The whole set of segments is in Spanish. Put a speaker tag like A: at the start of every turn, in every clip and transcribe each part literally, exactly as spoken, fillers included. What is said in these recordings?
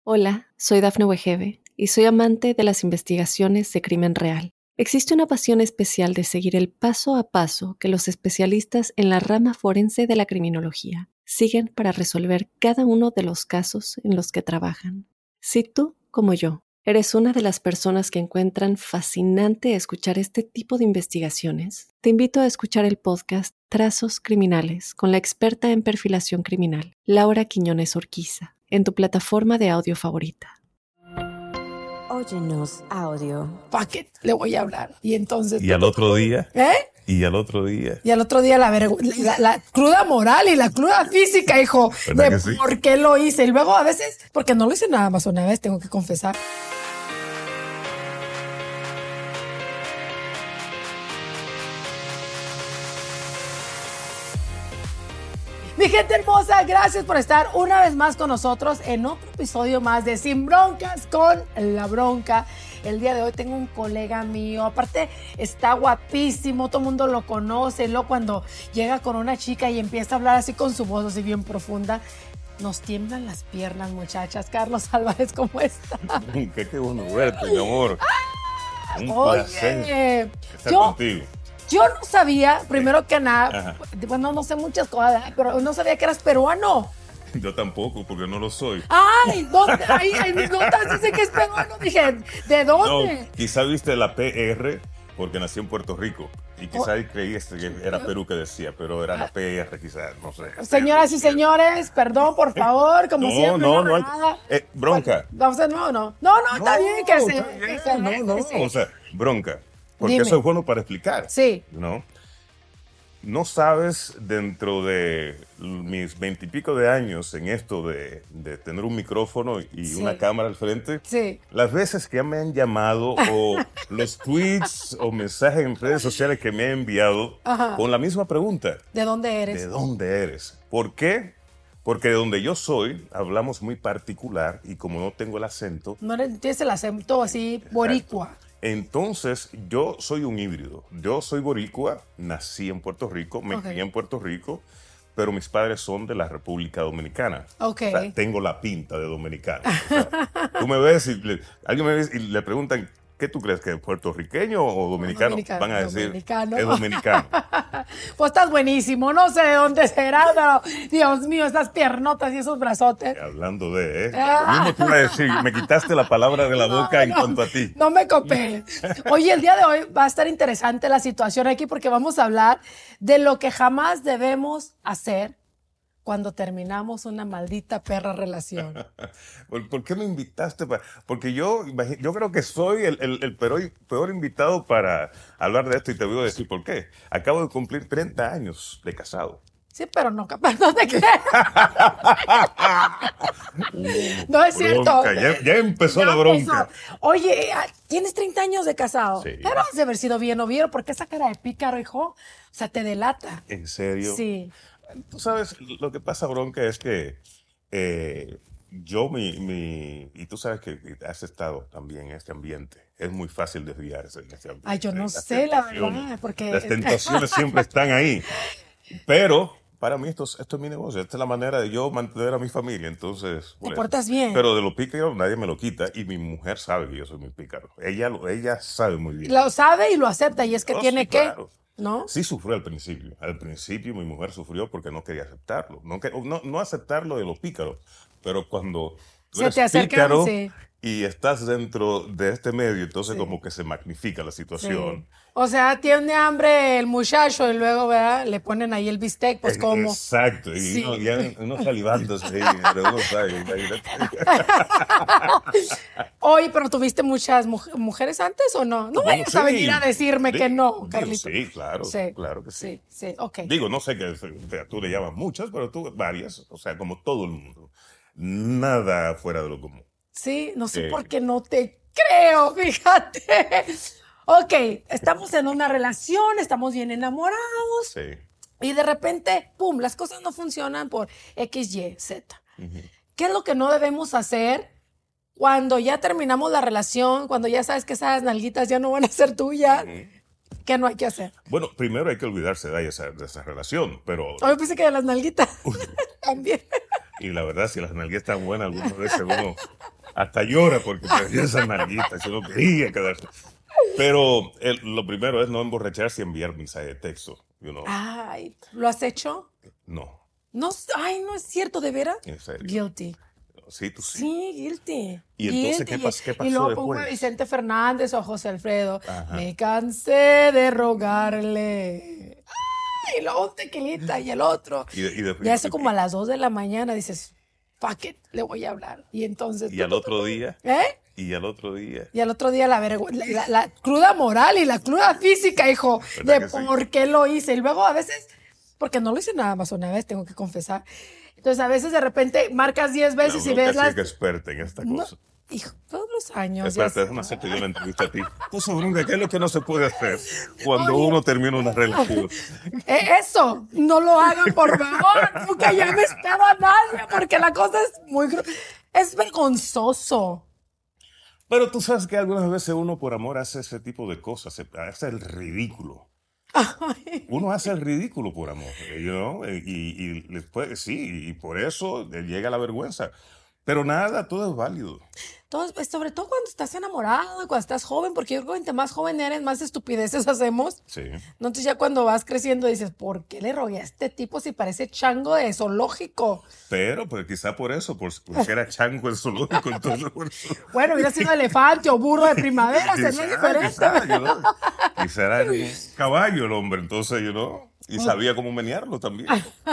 A: Hola, soy Dafne Wegebe y soy amante de las investigaciones de crimen real. Existe una pasión especial de seguir el paso a paso que los especialistas en la rama forense de la criminología siguen para resolver cada uno de los casos en los que trabajan. Si tú, como yo, eres una de las personas que encuentran fascinante escuchar este tipo de investigaciones, te invito a escuchar el podcast Trazos Criminales con la experta en perfilación criminal, Laura Quiñones Orquiza, en tu plataforma de audio favorita.
B: Óyenos audio.
C: ¿Para qué le voy a hablar? Y entonces...
D: Y al otro día...
C: ¿Eh?
D: Y al otro día...
C: Y al otro día la, vergu- la, la cruda moral y la cruda física, hijo. De
D: Sí?
C: por qué lo hice. Y luego a veces, porque no lo hice nada más una vez, tengo que confesar. Mi gente hermosa, gracias por estar una vez más con nosotros en otro episodio más de Sin Broncas con La Bronca. El día de hoy tengo un colega mío, aparte está guapísimo, todo el mundo lo conoce. Luego cuando llega con una chica y empieza a hablar así con su voz así bien profunda, nos tiemblan las piernas, muchachas. Carlos Álvarez, ¿cómo está?
D: Qué, qué bueno verte, mi amor. Un
C: Oye,
D: placer estar
C: yo-
D: contigo.
C: Yo no sabía, primero que nada,
D: Ajá.
C: bueno, no sé muchas cosas, ¿eh? Pero no sabía que eras peruano.
D: Yo tampoco, porque no lo soy.
C: Ay, ¿dónde? Ahí en mis notas dice que es peruano. Dije, ¿de
D: No,
C: dónde?
D: quizá viste la P R porque nací en Puerto Rico. Y quizá
C: Oh.
D: creíste que era Perú que decía, pero era la P R quizás, no sé.
C: Señoras y señores, perdón, por favor, como
D: No,
C: siempre.
D: no,
C: una
D: no hay-
C: relajada.
D: eh, bronca.
C: Vamos de nuevo, no. No, no, está bien que se...
D: está bien,
C: que se-
D: no, no,
C: que se-
D: o sea, bronca. Porque
C: Dime.
D: eso es bueno para explicar.
C: Sí.
D: ¿No? No sabes, dentro de mis veintipico de años en esto de, de tener un micrófono y
C: Sí.
D: una cámara al frente,
C: Sí.
D: las veces que me han llamado o los tweets o mensajes en redes sociales que me han enviado
C: Ajá.
D: con la misma pregunta.
C: ¿De dónde eres?
D: ¿De dónde eres? ¿Por qué? Porque de donde yo soy hablamos muy particular y como no tengo el acento,
C: No eres- tienes el acento así boricua.
D: entonces yo soy un híbrido. Yo soy boricua, nací en Puerto Rico, me
C: Ok.
D: crié en Puerto Rico, pero mis padres son de la República Dominicana.
C: Ok.
D: O sea, tengo la pinta de dominicano. O sea, tú me ves y le, alguien me ve y le preguntan, ¿qué tú crees que es puertorriqueño o dominicano?
C: Dominicano,
D: Van a decir,
C: dominicano.
D: es dominicano.
C: Pues estás buenísimo, no sé de dónde será, pero Dios mío, esas piernotas y esos brazotes.
D: Hablando de, ¿eh?
C: Ah.
D: Lo mismo te iba a decir, me quitaste la palabra de la boca en cuanto a ti.
C: No me copé. Oye, el día de hoy va a estar interesante la situación aquí porque vamos a hablar de lo que jamás debemos hacer cuando terminamos una maldita perra relación.
D: ¿Por, por qué me invitaste? pa- Porque yo, imagi- yo creo que soy el, el- el peor, peor invitado para hablar de esto y te voy a decir por qué. Acabo de cumplir treinta años de casado.
C: Sí, pero no capaz, no te creas. No es cierto.
D: Bronca, ya, ya empezó
C: Ya
D: la bronca.
C: empezó. Oye, ah, tienes treinta años de casado.
D: Sí.
C: Pero has de haber sido bien noviero, porque esa cara de pícaro, hijo, o sea, te delata.
D: ¿En serio?
C: Sí.
D: Tú sabes, lo que pasa, bronca, es que eh, yo, mi, mi... Y tú sabes que has estado también en este ambiente. Es muy fácil desviarse en este ambiente.
C: Ay, yo no
D: Las
C: sé, la
D: tentaciones-
C: verdad, porque...
D: Las tentaciones siempre están ahí. Pero para mí esto, es- esto es mi negocio. Esta es la manera de yo mantener a mi familia. Entonces,
C: Te
D: bueno.
C: portas bien.
D: Pero de lo pícaro nadie me lo quita. Y mi mujer sabe que yo soy muy pícaro. Ella, lo- ella sabe muy bien.
C: Lo sabe y lo acepta, y es que
D: No,
C: tiene
D: sí,
C: que,
D: claro.
C: ¿no?
D: Sí sufrió al principio. Al principio mi mujer sufrió porque no quería aceptarlo. No, que- no, no aceptarlo de lo pícaro, pero cuando tú
C: Se
D: eres
C: te acercan,
D: pícaro
C: sí.
D: y estás dentro de este medio, entonces
C: Sí.
D: como que se magnifica la situación.
C: Sí. O sea, tiene hambre el muchacho y luego, ¿verdad? Le ponen ahí el bistec, pues
D: Eh,
C: como.
D: Exacto. Y
C: Sí.
D: uno, ya uno salivándose ahí, pero uno sabe, imagínate.
C: Oye, pero ¿tuviste muchas muj- mujeres antes o no? No
D: Bueno,
C: vayas a
D: sí.
C: venir a decirme
D: Sí,
C: que no,
D: digo,
C: Carlito.
D: Sí, claro, claro que sí.
C: Sí, sí, ok.
D: Digo, no sé que tú le llamas muchas, pero tú varias, o sea, como todo el mundo. Nada fuera de lo común.
C: Sí, no sé
D: Eh.
C: por qué no te creo, fíjate. Ok, estamos en una relación, estamos bien enamorados
D: Sí.
C: y de repente, pum, las cosas no funcionan por X, Y, Z. ¿Qué es lo que no debemos hacer cuando ya terminamos la relación, cuando ya sabes que esas nalguitas ya no van a ser tuyas? ¿Qué no hay que hacer?
D: Bueno, primero hay que olvidarse de esa, de esa relación, pero
C: Hoy pensé que de las nalguitas también.
D: Y la verdad, si las nalguitas están buenas, algunas veces uno hasta llora porque perdió esas nalguitas, yo no quería quedarse. Pero el, lo primero es no emborracharse y enviar mensaje de texto. You know?
C: Ay, ¿lo has hecho?
D: No.
C: No, ay, no es cierto, ¿de veras?
D: En serio.
C: Guilty.
D: Sí, tú sí.
C: Sí, guilty.
D: ¿Y entonces
C: Guilty.
D: qué, pas, qué pasó
C: Y luego
D: después?
C: pongo a Vicente Fernández o a José Alfredo.
D: Ajá.
C: Me cansé de rogarle. Ay, y luego un tequilita y el otro.
D: Y, de, y de,
C: Ya eso como a las dos de la mañana dices, fuck it, le voy a hablar. Y entonces...
D: Y al otro día.
C: ¿Eh?
D: Y al otro día.
C: Y al otro día la, vergü- la, la, la cruda moral y la cruda física, hijo, de
D: Sí?
C: por qué lo hice. Y luego a veces, porque no lo hice nada más una vez, tengo que confesar. Entonces a veces de repente marcas diez veces
D: La
C: y ves
D: bronca
C: las...
D: sí que experta en esta
C: No,
D: cosa.
C: hijo, todos los años. ya
D: Espérate,
C: sé.
D: déjame hacerte yo la entrevista a ti. Cosa bronca, ¿qué es lo que no se puede hacer cuando
C: Oye.
D: uno termina una relación?
C: Eh, Eso, no lo hagan, por favor. Nunca llames pedo a nadie, porque la cosa es muy... gru- Es vergonzoso.
D: Pero tú sabes que algunas veces uno por amor hace ese tipo de cosas, se- hace el ridículo.
C: Ay,
D: Uno hace el ridículo por amor, you know, y, y después, sí, y por eso llega la vergüenza. Pero nada, todo es válido.
C: todo- pues, sobre todo cuando estás enamorado, cuando estás joven, porque yo creo que entre más joven eres, más estupideces hacemos.
D: Sí.
C: ¿No? Entonces ya cuando vas creciendo dices, ¿por qué le rogué a este tipo si parece chango de zoológico?
D: Pero, pues quizá por eso, por, porque era chango el zoológico, entonces por eso.
C: Bueno, hubiera sido elefante o burro de primavera, sería
D: Quizá,
C: diferente.
D: quizá, you know, quizá era un caballo el hombre, entonces, you know, y sabía cómo menearlo también.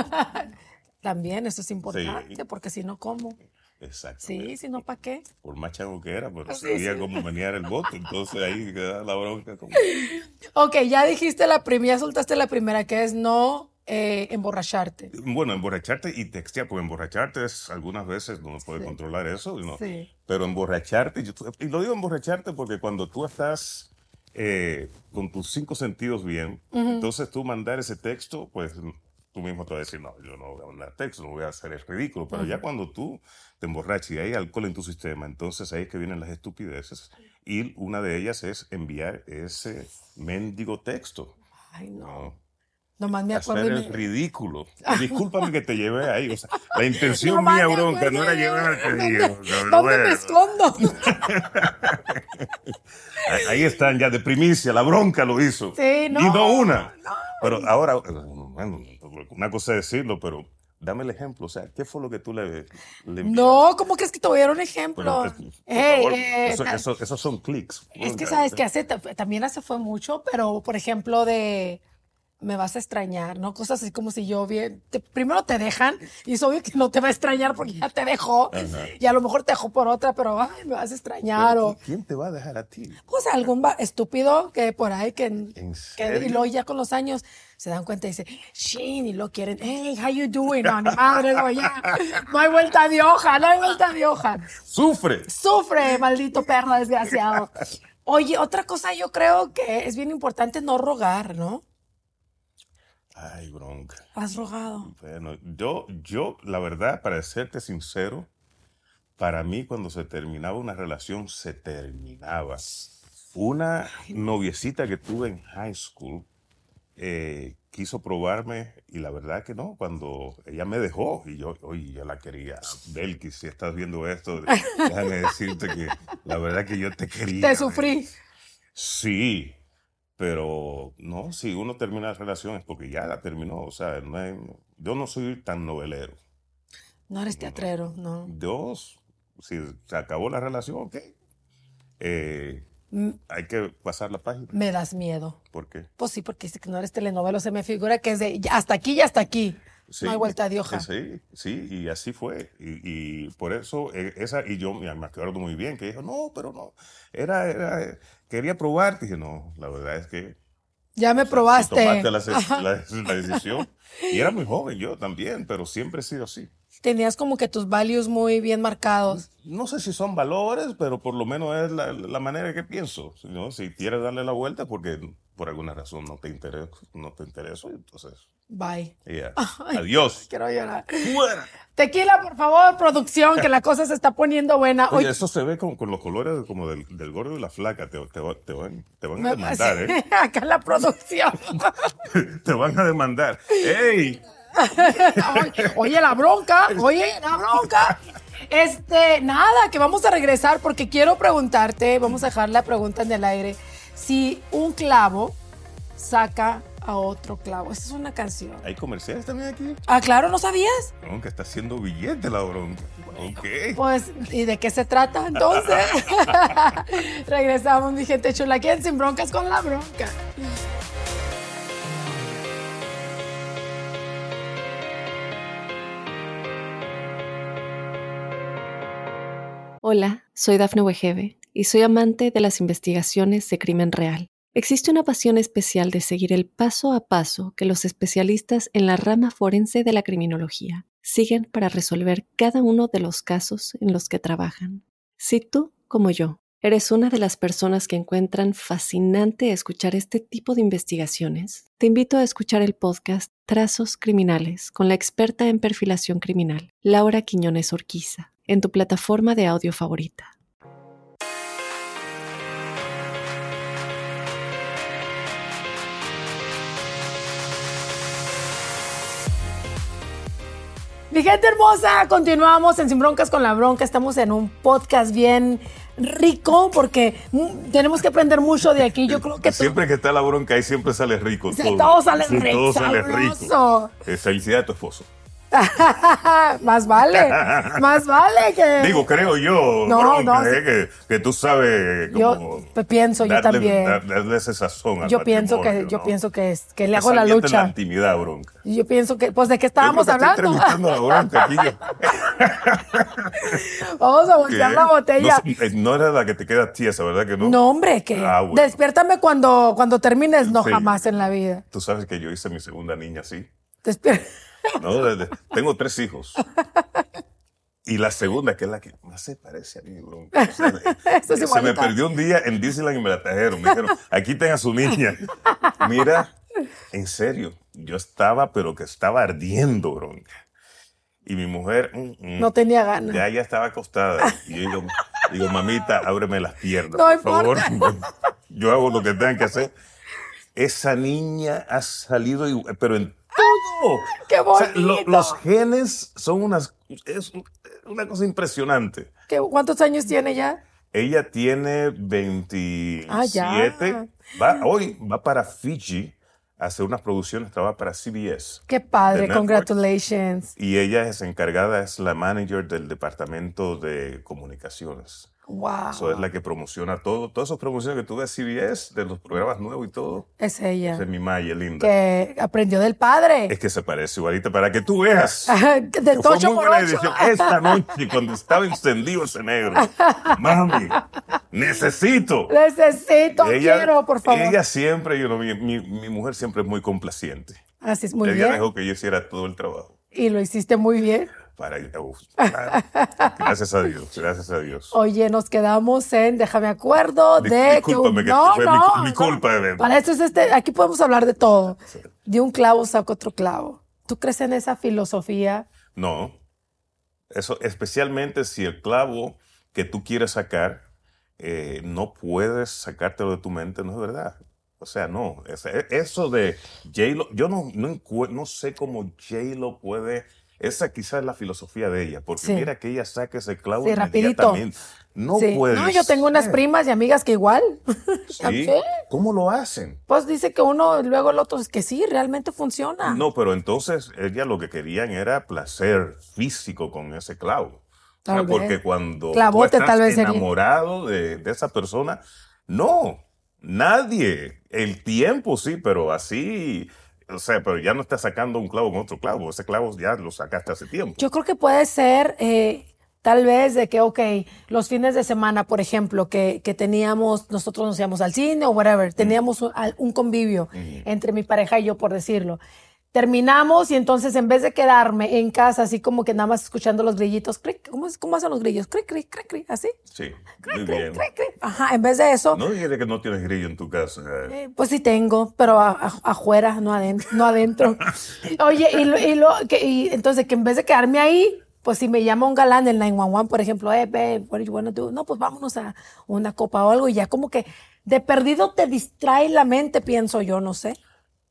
C: También eso es importante,
D: Sí.
C: porque si no, ¿cómo?
D: Exactamente.
C: Sí, si no, ¿para qué?
D: Por más chango que era, pero
C: Sí,
D: sabía
C: sí.
D: cómo menear el bote, entonces ahí queda la bronca. Como...
C: Ok, ya dijiste la primera, ya soltaste la primera, que es no eh, emborracharte.
D: Bueno, emborracharte y textear, porque emborracharte es algunas veces no puede
C: Sí.
D: controlar eso, ¿no?
C: Sí.
D: Pero emborracharte, yo- y lo digo emborracharte porque cuando tú estás eh, con tus cinco sentidos bien, entonces tú mandar ese texto, pues tú mismo te vas a decir, no, yo no voy a mandar texto, no voy a hacer el ridículo, pero ya cuando tú te emborrachas y hay alcohol en tu sistema, entonces ahí es que vienen las estupideces y una de ellas es enviar ese mendigo texto,
C: Ay, no.
D: ¿no?
C: Nomás me
D: Hacer
C: acuerdo. y
D: el
C: me-
D: ridículo. Discúlpame que te llevé ahí. O sea, la intención
C: Nomás
D: mía,
C: me
D: bronca,
C: acuerdo
D: no era
C: de-
D: llevarte.
C: ¿Dónde,
D: digo, no,
C: ¿dónde
D: bueno.
C: me escondo?
D: Ahí, ahí están ya de primicia, la bronca lo hizo.
C: Sí, no,
D: y no una.
C: no.
D: Pero ahora, bueno, una cosa es decirlo, pero dame el ejemplo. O sea, ¿qué fue lo que tú le, le enviaste?
C: No, ¿cómo crees que te voy a dar un ejemplo?
D: Bueno, pues, por
C: Ey,
D: favor,
C: eh,
D: eso-
C: ta-
D: eso- esos son clics.
C: es que
D: bronca.
C: sabes que hace, ta- también hace fue mucho, pero por ejemplo de me vas a extrañar, ¿no? Cosas así como si yo bien, te- primero te dejan y es obvio que no te va a extrañar porque ya te dejó
D: Ajá.
C: y a lo mejor te dejó por otra, pero ay, me vas a extrañar
D: Pero,
C: o
D: ¿quién te va a dejar a ti?
C: pues algún va- estúpido que por ahí que,
D: ¿En
C: que- y
D: serio?
C: luego ya con los años se dan cuenta y dicen, Shin, y lo quieren, hey, how you doing? No, ni madre, no, ya, no hay vuelta de hoja, no hay vuelta de hoja.
D: ¡Sufre!
C: Sufre, maldito perro desgraciado. Oye, otra cosa yo creo que es bien importante no rogar, ¿no?
D: Ay, bronca.
C: Has rogado.
D: Bueno, yo, yo, la verdad, para serte sincero, para mí cuando se terminaba una relación, se terminaba. Una noviecita que tuve en high school eh, quiso probarme y la verdad que no, cuando ella me dejó y yo, oye, yo la quería. Belkis, si estás viendo esto, déjame decirte que la verdad que yo te quería.
C: Te sufrí.
D: Sí, pero no, si uno termina la relación es porque ya la terminó. O sea, no es- yo no soy tan novelero.
C: No eres teatrero, no.
D: Dos, si se acabó la relación, ok. Eh,
C: Mm,
D: hay que pasar la página.
C: Me das miedo.
D: ¿Por qué?
C: Pues sí, porque dice que no eres telenovelo, se me figura que es de ya hasta aquí y hasta aquí.
D: Sí,
C: No hay vuelta de hoja.
D: Sí, sí, y así fue. Y, y por eso, eh, esa, y yo me acuerdo muy bien que dijo, no, pero no, era, era, quería probar. Dije, no, la verdad es que
C: Ya me
D: si
C: probaste.
D: tomaste la,
C: Ajá.
D: la- la decisión. Y era muy joven yo también, pero siempre he sido así.
C: Tenías como que tus values muy bien marcados.
D: No sé si son valores, pero por lo menos es la, la manera que pienso, ¿no? Si quieres darle la vuelta porque por alguna razón no te interesa, no te intereso, entonces,
C: Bye.
D: ya.
C: Ay,
D: Adiós.
C: quiero llorar.
D: Fuera.
C: Tequila, por favor, producción, que la cosa se está poniendo buena.
D: Oye,
C: Oye,
D: eso se ve con, con los colores como del, del gordo y la flaca. Te, te, va- te van, te van a
C: me-
D: demandar, ¿eh?
C: acá la producción.
D: Te van a demandar. ¡Ey!
C: Oye, la bronca, oye, la bronca. Este, nada, que vamos a regresar porque quiero preguntarte, vamos a dejar la pregunta en el aire, si un clavo saca a otro clavo. Esta es una canción.
D: ¿Hay comerciales también aquí?
C: Ah, claro, ¿no sabías?
D: Bronca, está haciendo billete la bronca. Ok.
C: Pues, ¿y de qué se trata entonces? Regresamos, mi gente chula, aquí en Sin Broncas con la Bronca.
A: Hola, soy Dafne Wegebe y soy amante de las investigaciones de crimen real. Existe una pasión especial de seguir el paso a paso que los especialistas en la rama forense de la criminología siguen para resolver cada uno de los casos en los que trabajan. Si tú, como yo, eres una de las personas que encuentran fascinante escuchar este tipo de investigaciones, te invito a escuchar el podcast Trazos Criminales con la experta en perfilación criminal, Laura Quiñones Orquiza, en tu plataforma de audio favorita.
C: Mi gente hermosa, continuamos en Sin Broncas con la Bronca. Estamos en un podcast bien rico porque mm, tenemos que aprender mucho de aquí. Yo creo que
D: siempre
C: tú...
D: que está la bronca ahí siempre sale rico.
C: O sea,
D: todo,
C: todo sale
D: sí,
C: rico.
D: Todo sale rico.
C: Sabroso.
D: Eh, felicidad a tu esposo.
C: Más vale, más vale que...
D: Digo, creo yo,
C: No,
D: bronca,
C: no,
D: eh, que, que tú sabes
C: Yo
D: cómo
C: pues, pienso, yo
D: darle,
C: también.
D: dar- darle ese sazón al
C: Yo pienso que,
D: matrimonio,
C: yo
D: ¿no?
C: pienso que, es, que le
D: Que
C: hago la
D: saliente en la
C: lucha.
D: intimidad, bronca.
C: Y yo pienso que, pues, ¿de qué
D: Yo
C: estábamos
D: creo que estoy
C: hablando?
D: entrevistando a la bronca aquí.
C: Vamos a voltear
D: ¿Qué?
C: la botella.
D: No, eh, no era la que te queda tiesa, ¿verdad que no?
C: No, hombre, que
D: Ah, bueno.
C: despiértame cuando, cuando termines, no
D: Sí.
C: jamás en la vida.
D: Tú sabes que yo hice mi segunda niña así.
C: Despier-
D: ¿No? Desde- tengo tres hijos. Y la segunda, que es la que más se parece a mí, bronca. O sea,
C: Esto es
D: se me
C: igualita.
D: perdió un día en Disneyland y me la trajeron. Me dijeron, aquí tenga su niña. Mira, en serio, yo estaba, pero que estaba ardiendo, bronca. Y mi mujer, mm, mm,
C: No tenía ganas.
D: ya ella estaba acostada. Y yo digo, digo, mamita, ábreme las piernas,
C: No
D: por
C: importa.
D: favor. Yo hago lo que tengan que hacer. Esa niña ha salido, igual, pero en todo.
C: ¡Qué
D: O sea, lo-
C: bonito!
D: los genes son unas, es una cosa impresionante.
C: ¿Qué- ¿Cuántos años tiene ya?
D: Ella tiene veintisiete.
C: Ah, ya.
D: Va, hoy va para Fiji a hacer unas producciones, trabaja para C B S.
C: ¡Qué padre!
D: The Network.
C: Congratulations.
D: Y ella es encargada, es la manager del departamento de comunicaciones.
C: Wow.
D: Eso es la que promociona todo. Todas esas promociones que tú ves C B S, de los programas nuevos y todo.
C: Es ella.
D: Esa es mi Maya linda.
C: Que aprendió del padre.
D: Es que se parece igualita para que tú veas.
C: De
D: Que fue
C: tocho
D: muy
C: por
D: buena
C: ocho.
D: edición. Esta noche, cuando estaba encendido ese negro. Mami, necesito.
C: Necesito, quiero, por favor.
D: Ella siempre, yo, know, mi, mi, mi mujer siempre es muy complaciente.
C: Así es, muy
D: ella
C: bien.
D: dejó que yo hiciera todo el trabajo.
C: Y lo hiciste muy bien.
D: Para, uf, para- gracias a Dios, gracias a Dios.
C: Oye, nos quedamos en, déjame acuerdo,
D: Di-
C: de
D: discúlpame,
C: que...
D: que
C: No,
D: fue mi
C: no,
D: cu- mi
C: no.
D: culpa, bebé.
C: Para eso es este, aquí podemos hablar de todo. De un clavo saca otro clavo. ¿Tú crees en esa filosofía?
D: No, eso especialmente si el clavo que tú quieres sacar eh, no puedes sacártelo de tu mente, no es verdad. O sea, no, ese- eso de J-Lo, yo no, no, encue- no sé cómo J-Lo puede, esa quizás es la filosofía de ella, porque
C: Sí.
D: mira que ella saca ese clavo
C: Sí, rapidito.
D: inmediatamente. No
C: Sí.
D: puede
C: No, yo tengo unas
D: ser.
C: primas y amigas que igual.
D: ¿Sí?
C: ¿Sí?
D: ¿Cómo lo hacen?
C: Pues dice que uno, luego el otro, es que sí, realmente funciona.
D: No, pero entonces ella lo que querían era placer físico con ese clavo. O sea,
C: Tal vez.
D: porque cuando
C: Clavote,
D: tú estás
C: tal vez sería.
D: enamorado de, de esa persona, no, nadie. El tiempo sí, pero así, o sea, pero ya no estás sacando un clavo con otro clavo. Ese clavo ya lo sacaste hace tiempo.
C: Yo creo que puede ser eh, tal vez de que, ok, los fines de semana, por ejemplo, que, que teníamos, nosotros nos íbamos al cine o whatever, teníamos un, al- un convivio entre mi pareja y yo, por decirlo. Terminamos y entonces en vez de quedarme en casa así como que nada más escuchando los grillitos, cric, ¿cómo, es- cómo hacen los grillos? Cric, cric, cric, cric, así.
D: Sí,
C: Cric,
D: muy
C: cric,
D: bien.
C: cric, cric. Ajá, en vez de eso,
D: No digas que no tienes grillo en tu casa.
C: eh, pues sí tengo, pero a- a- afuera, no adentro. No adentro. Oye, y, lo, y, lo, que, y entonces que en vez de quedarme ahí, pues si me llama un galán del nueve once, por ejemplo, eh, babe, what do you wanna do? No, pues vámonos a una copa o algo y ya como que de perdido te distrae la mente, pienso yo, no sé.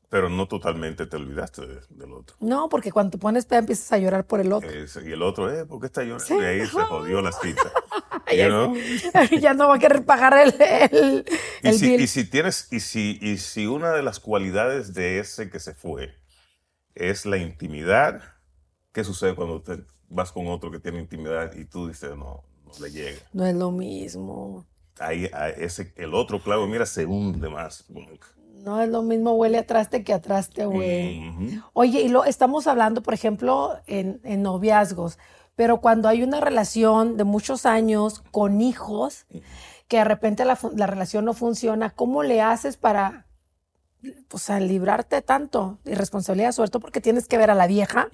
D: Pero no totalmente te olvidaste de, del otro.
C: No, porque cuando te pones peda empiezas a llorar por el otro.
D: Es, y el otro, eh, ¿por qué está llorando?
C: Sí.
D: Y ahí se jodió la cita.
C: ya,
D: You know?
C: ya no va a querer pagar el, el,
D: y,
C: el
D: si,
C: bill.
D: y si tienes, y si, y si una de las cualidades de ese que se fue es la intimidad, ¿qué sucede cuando te vas con otro que tiene intimidad y tú dices, no, no le llega?
C: No es lo mismo.
D: Ahí, ahí ese, el otro clavo, mira, se hunde más.
C: No es lo mismo huele a traste que a traste, güey.
D: Uh-huh.
C: Oye, y lo estamos hablando, por ejemplo, en, en noviazgos, pero cuando hay una relación de muchos años con hijos, que de repente la, la relación no funciona, ¿cómo le haces para, pues, a librarte de tanto irresponsabilidad? Sobre todo porque tienes que ver a la vieja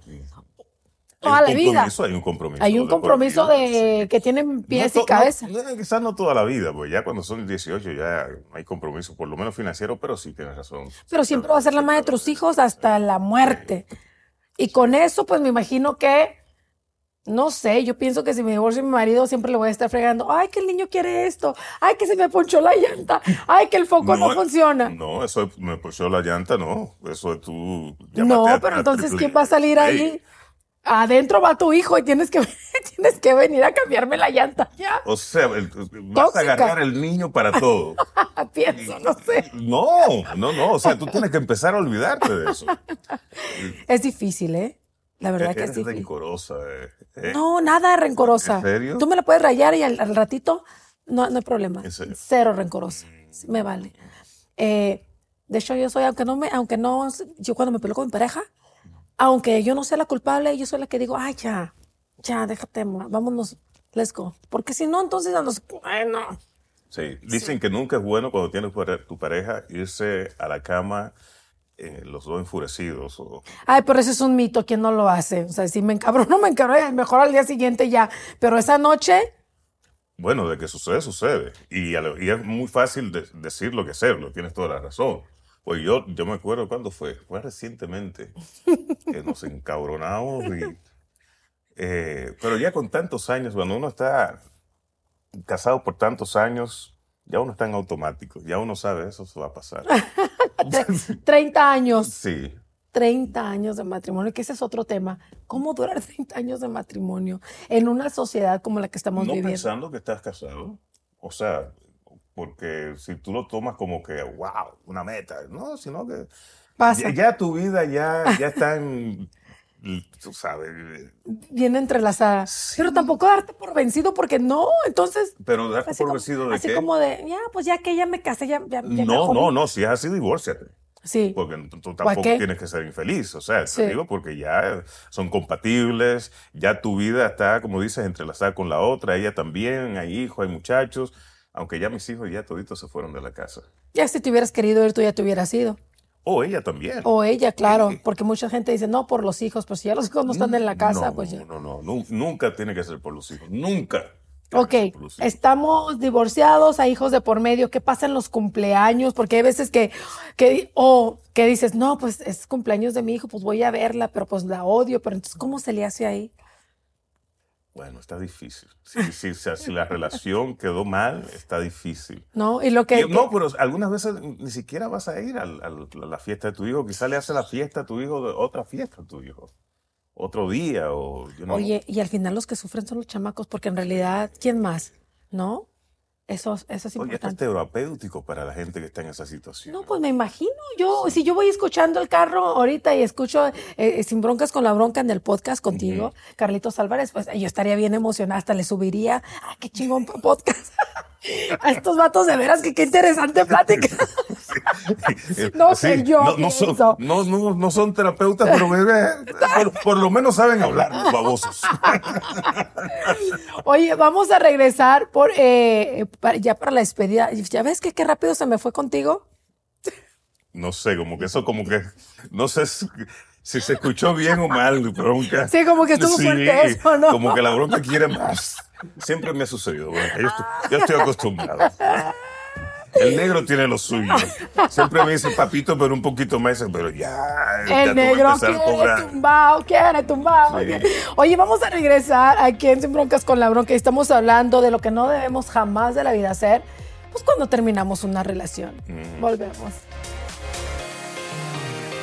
C: toda la vida.
D: Hay un compromiso.
C: Hay un compromiso de, de que tienen pies no to, y cabeza.
D: No, no, quizás no toda la vida, pues ya cuando son dieciocho ya no hay compromiso, por lo menos financiero, pero sí tienes razón.
C: Pero siempre va a ser la madre de tus hijos hasta la muerte. Y con eso, pues me imagino que, no sé, yo pienso que si me divorcio de mi marido siempre le voy a estar fregando. Ay, que el niño quiere esto. Ay, que se me ponchó la llanta. Ay, que el foco no, no funciona.
D: No, eso es, me ponchó la llanta, no. Eso es tú.
C: No, a, pero a entonces, triple, ¿quién va a salir hey. ahí? Adentro va tu hijo y tienes que, tienes que venir a cambiarme la llanta, ¿ya?
D: O sea, el, vas Tóxica. a agarrar el niño para todo.
C: Pienso, no sé.
D: No, no, no. O sea, tú tienes que empezar a olvidarte de eso.
C: Es difícil, ¿eh? La verdad
D: Eres
C: que es difícil.
D: rencorosa, eh. ¿Eh?
C: No, nada rencorosa.
D: ¿En serio?
C: Tú me la puedes rayar y al, al ratito no, no hay problema.
D: ¿En serio?
C: Cero rencorosa. Me vale. Eh, de hecho, yo soy, aunque no me, aunque no, yo cuando me peleo con mi pareja, aunque yo no sea la culpable, yo soy la que digo, ay, ya, ya, déjate, vámonos, let's go. Porque si no, entonces nos, ay, no.
D: Sí, dicen sí. que nunca es bueno cuando tienes tu pareja irse a la cama eh, los dos enfurecidos. O...
C: Ay, pero ese es un mito, ¿quién no lo hace? O sea, si me encabrono, me encabrono, mejor al día siguiente ya. Pero esa noche...
D: Bueno, de que sucede, sucede. Y, y es muy fácil de, decirlo que hacerlo, tienes toda la razón. Pues yo, yo me acuerdo cuándo fue, fue recientemente que nos encabronamos. Y, eh, pero ya con tantos años, cuando uno está casado por tantos años, ya uno está en automático, ya uno sabe, eso se va a pasar.
C: treinta años.
D: Sí.
C: treinta años de matrimonio, que ese es otro tema. ¿Cómo durar treinta años de matrimonio en una sociedad como la que estamos
D: no
C: viviendo?
D: No pensando que estás casado, o sea... Porque si tú lo tomas como que, wow, una meta, no, sino que
C: Pasa.
D: Ya, ya tu vida ya, ya está en, tú sabes.
C: Bien entrelazada. Sí. Pero tampoco darte por vencido porque no, entonces.
D: Pero darte por
C: como,
D: vencido de
C: así
D: qué.
C: Así como de, ya, pues ya que ya me casé, ya, ya, ya
D: No, no, no, si es así, divórciate.
C: Sí.
D: Porque tú, tú tampoco tienes que ser infeliz, o sea,
C: sí.
D: te digo porque ya son compatibles, ya tu vida está, como dices, entrelazada con la otra, ella también, hay hijos, hay muchachos. Aunque ya mis hijos ya toditos se fueron de la casa.
C: Ya si te hubieras querido ir, tú ya te hubieras ido.
D: O ella también.
C: O ella, claro. Sí. Porque mucha gente dice, no, por los hijos. Pero si ya los hijos no están en la casa,
D: no,
C: pues ya.
D: No, no, no. Nunca tiene que ser por los hijos. Nunca.
C: Ok. Estamos divorciados, hay hijos de por medio. ¿Qué pasa en los cumpleaños? Porque hay veces que, que o que dices, no, pues es cumpleaños de mi hijo, pues voy a verla, pero pues la odio. Pero entonces, ¿cómo se le hace ahí?
D: Bueno, está difícil. Si, si, o sea, si la relación quedó mal, está difícil.
C: No, y lo que...
D: Y, no, pero algunas veces ni siquiera vas a ir a, a, a la fiesta de tu hijo. Quizá le hace la fiesta a tu hijo, de otra fiesta a tu hijo. Otro día o... You know.
C: Oye, y al final los que sufren son los chamacos, porque en realidad, ¿quién más? ¿No? Eso, eso es importante.
D: Oye, esto es terapéutico para la gente que está en esa situación.
C: No, pues me imagino. Yo, si yo voy escuchando el carro ahorita y escucho eh, Sin Broncas con la Bronca en el podcast contigo, uh-huh. Carlitos Álvarez, pues yo estaría bien emocionada. Hasta le subiría, ¡ah, qué chingón podcast! A estos vatos de veras, que qué interesante plática. Sí. No sé, sí, yo
D: no, no, son, no, no, no son terapeutas, pero bebé, por, por lo menos saben hablar, los babosos.
C: Oye, vamos a regresar por eh, para, ya para la despedida. ¿Ya ves que qué rápido se me fue contigo?
D: No sé, como que eso, como que, no sé si, si se escuchó bien o mal, Bronca.
C: Sí, como que estuvo sí, fuerte eso, ¿no?
D: Como que la Bronca quiere más. Siempre me ha sucedido, Bronca. Yo estoy, yo estoy acostumbrado. El negro tiene lo suyo. Siempre me dice papito, pero un poquito más, pero ya.
C: El
D: ya
C: negro quiere tumbao, quiere tumbao. Sí. Oye, vamos a regresar aquí en Sin Broncas con la Bronca. Y estamos hablando de lo que no debemos jamás de la vida hacer, pues cuando terminamos una relación. Mm. Volvemos.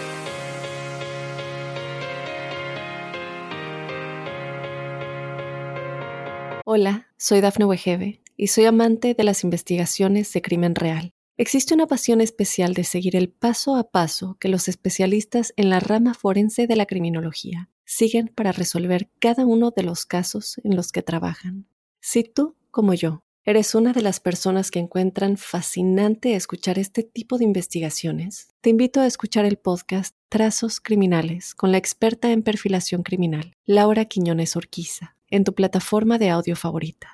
A: Hola, soy Dafne Wegebe y soy amante de las investigaciones de crimen real. Existe una pasión especial de seguir el paso a paso que los especialistas en la rama forense de la criminología siguen para resolver cada uno de los casos en los que trabajan. Si tú, como yo, eres una de las personas que encuentran fascinante escuchar este tipo de investigaciones, te invito a escuchar el podcast Trazos Criminales con la experta en perfilación criminal, Laura Quiñones Orquiza, en tu plataforma de audio favorita.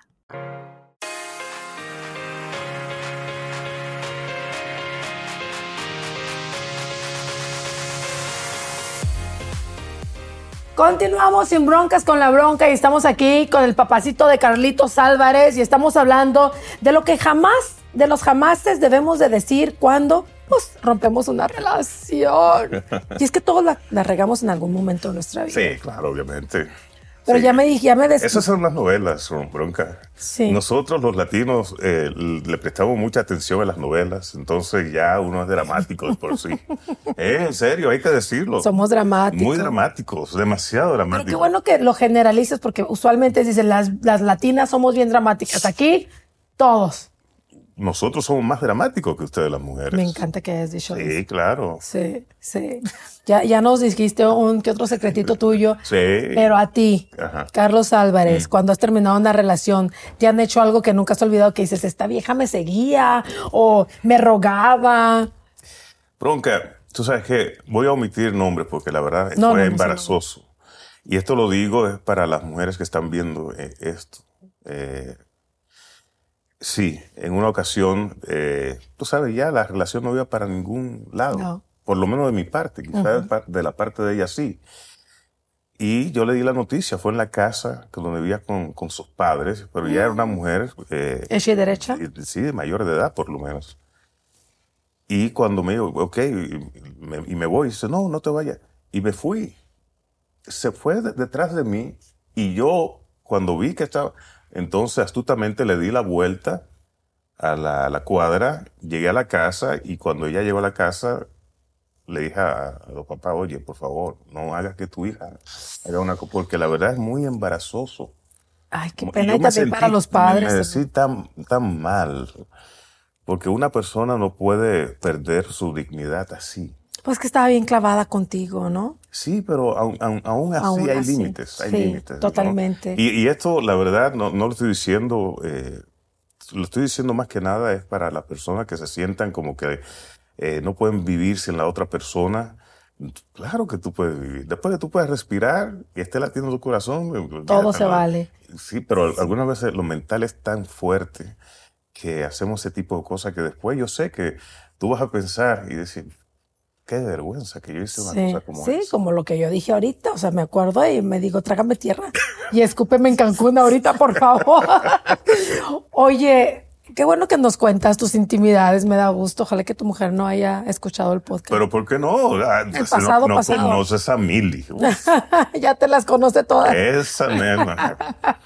C: Continuamos sin broncas con la bronca y estamos aquí con el papacito de Carlitos Álvarez y estamos hablando de lo que jamás, de los jamases debemos de decir cuando pues rompemos una relación. Y es que todos la, la regamos en algún momento de nuestra vida.
D: Sí, claro, obviamente.
C: Pero
D: sí.
C: ya me dije, ya me des...
D: Esas son las novelas, son bronca.
C: Sí.
D: Nosotros los latinos eh, le prestamos mucha atención a las novelas, entonces ya uno es dramático de por sí. eh, en serio, hay que decirlo.
C: Somos dramáticos.
D: Muy dramáticos, demasiado dramáticos.
C: Pero qué bueno que lo generalices porque usualmente dicen las, las latinas somos bien dramáticas. Aquí, todos.
D: Nosotros somos más dramáticos que ustedes las mujeres.
C: Me encanta que hayas dicho
D: sí,
C: eso.
D: Sí, claro.
C: Sí, sí. Ya, ya nos dijiste un que otro secretito tuyo.
D: Sí.
C: Pero a ti, Ajá. Carlos Álvarez, mm. cuando has terminado una relación, ¿te han hecho algo que nunca has olvidado que dices, esta vieja me seguía o me rogaba?
D: Bronca, tú sabes que voy a omitir nombres porque la verdad
C: no,
D: fue
C: no,
D: embarazoso. No, no. Y esto lo digo es para las mujeres que están viendo eh, esto. Eh, Sí, en una ocasión, eh, tú sabes, ya la relación no iba para ningún lado, no. Por lo menos de mi parte, quizás uh-huh. de la parte de ella sí. Y yo le di la noticia, fue en la casa donde vivía con, con sus padres, pero uh-huh. ya era una mujer... Eh,
C: ¿Es derecha?
D: Sí, de mayor de edad por lo menos. Y cuando me dijo, ok, y me, y me voy, dice, no, no te vayas. Y me fui. Se fue de, detrás de mí y yo, cuando vi que estaba... Entonces, astutamente le di la vuelta a la, a la cuadra, llegué a la casa y cuando ella llegó a la casa, le dije a, a los papás, oye, por favor, no hagas que tu hija haga una cosa, porque la verdad es muy embarazoso.
C: Ay, qué pena y también para los padres.
D: Me sentí tan, tan mal, porque una persona no puede perder su dignidad así.
C: Pues que estaba bien clavada contigo, ¿no?
D: Sí, pero aún, aún, aún así aún hay así. límites. Hay
C: sí,
D: límites,
C: totalmente.
D: ¿no? Y, y esto, la verdad, no, no lo estoy diciendo, eh, lo estoy diciendo más que nada es para las personas que se sientan como que eh, no pueden vivir sin la otra persona. Claro que tú puedes vivir. Después que tú puedes respirar y esté latiendo tu corazón.
C: Todo se vale.
D: Sí, pero sí. algunas veces lo mental es tan fuerte que hacemos ese tipo de cosas que después yo sé que tú vas a pensar y decir... Qué vergüenza que yo hice una
C: sí,
D: cosa como
C: sí,
D: esa.
C: Sí, como lo que yo dije ahorita. O sea, me acuerdo y me digo, trágame tierra y escúpeme en Cancún ahorita, por favor. Oye, qué bueno que nos cuentas tus intimidades. Me da gusto. Ojalá que tu mujer no haya escuchado el podcast.
D: Pero ¿por qué no?
C: El pasado,
D: no, no
C: pasado.
D: conoces a Mili.
C: Ya te las conoce todas.
D: Esa nena.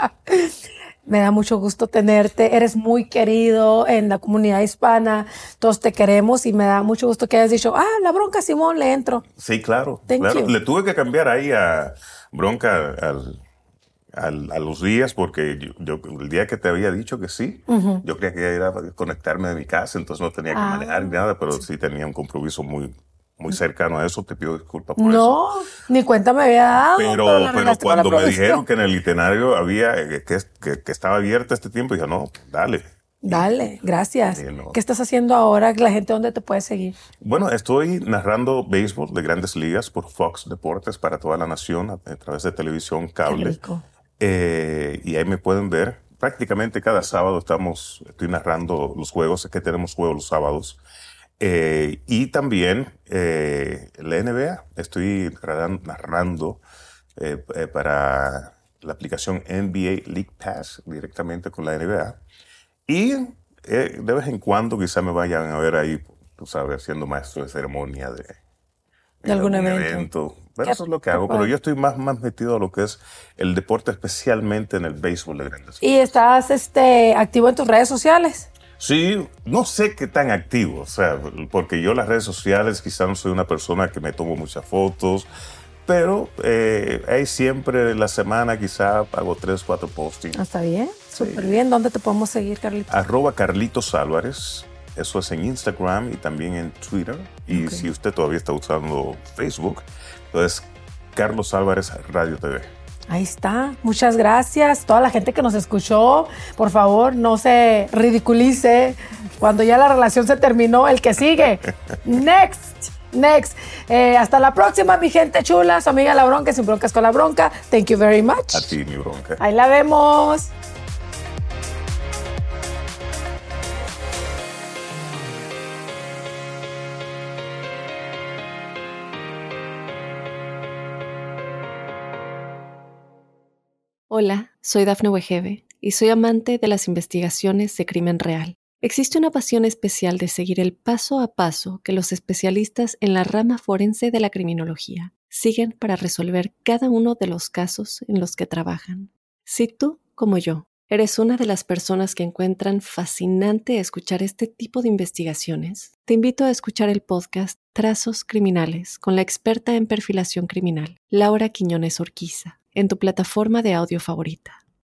C: Me da mucho gusto tenerte. Eres muy querido en la comunidad hispana. Todos te queremos y me da mucho gusto que hayas dicho, ah, la bronca, Simón, le entro.
D: Sí, claro.
C: Thank
D: claro.
C: you.
D: Le tuve que cambiar ahí a bronca al, al, a los días porque yo, yo el día que te había dicho que sí, uh-huh. yo creía que era conectarme de mi casa, entonces no tenía que ah, manejar ni nada, pero sí. sí tenía un compromiso muy... muy cercano a eso, te pido disculpas por
C: no,
D: eso.
C: No, ni cuenta me había dado.
D: Pero, pero, pero cuando me dijeron que en el itinerario había, que, que, que estaba abierta este tiempo, dije, no, dale.
C: Dale, gracias. Sí, no. ¿Qué estás haciendo ahora? ¿La gente dónde te puede seguir?
D: Bueno, estoy narrando béisbol de Grandes Ligas por Fox Deportes para toda la nación a, a través de televisión, cable.
C: Qué rico.
D: Eh, y ahí me pueden ver. Prácticamente cada sábado estamos, estoy narrando los juegos, es que tenemos juegos los sábados. Eh, y también eh, la N B A, estoy narrando eh, eh, para la aplicación N B A League Pass directamente con la N B A. Y eh, de vez en cuando quizá me vayan a ver ahí, tú sabes, siendo maestro de ceremonia de,
C: de, de algún, algún evento.
D: evento. Pero eso es lo que hago, pero yo estoy más, más metido a lo que es el deporte, especialmente en el béisbol de Grandes Ligas.
C: ¿Y estás este, activo en tus redes sociales?
D: Sí, no sé qué tan activo, o sea, porque yo las redes sociales quizás no soy una persona que me tomo muchas fotos, pero eh, hay siempre la semana quizá hago tres, cuatro postings.
C: ¿Está bien? Súper bien. ¿Dónde te podemos seguir, Carlitos?
D: Arroba Carlitos Álvarez. Eso es en Instagram y también en Twitter. Y okay. Si usted todavía está usando Facebook, entonces Carlos Álvarez Radio T V.
C: Ahí está. Muchas gracias. Toda la gente que nos escuchó, por favor, no se ridiculice. Cuando ya la relación se terminó, el que sigue. Next. Next. Eh, hasta la próxima, mi gente chula. Su amiga La Bronca, sin broncas con La Bronca. Thank you very much.
D: A ti, mi bronca.
C: Ahí la vemos.
A: Hola, soy Dafne Wegebe y soy amante de las investigaciones de crimen real. Existe una pasión especial de seguir el paso a paso que los especialistas en la rama forense de la criminología siguen para resolver cada uno de los casos en los que trabajan. Si tú, como yo, eres una de las personas que encuentran fascinante escuchar este tipo de investigaciones, te invito a escuchar el podcast Trazos Criminales con la experta en perfilación criminal, Laura Quiñones Orquiza, en tu plataforma de audio favorita.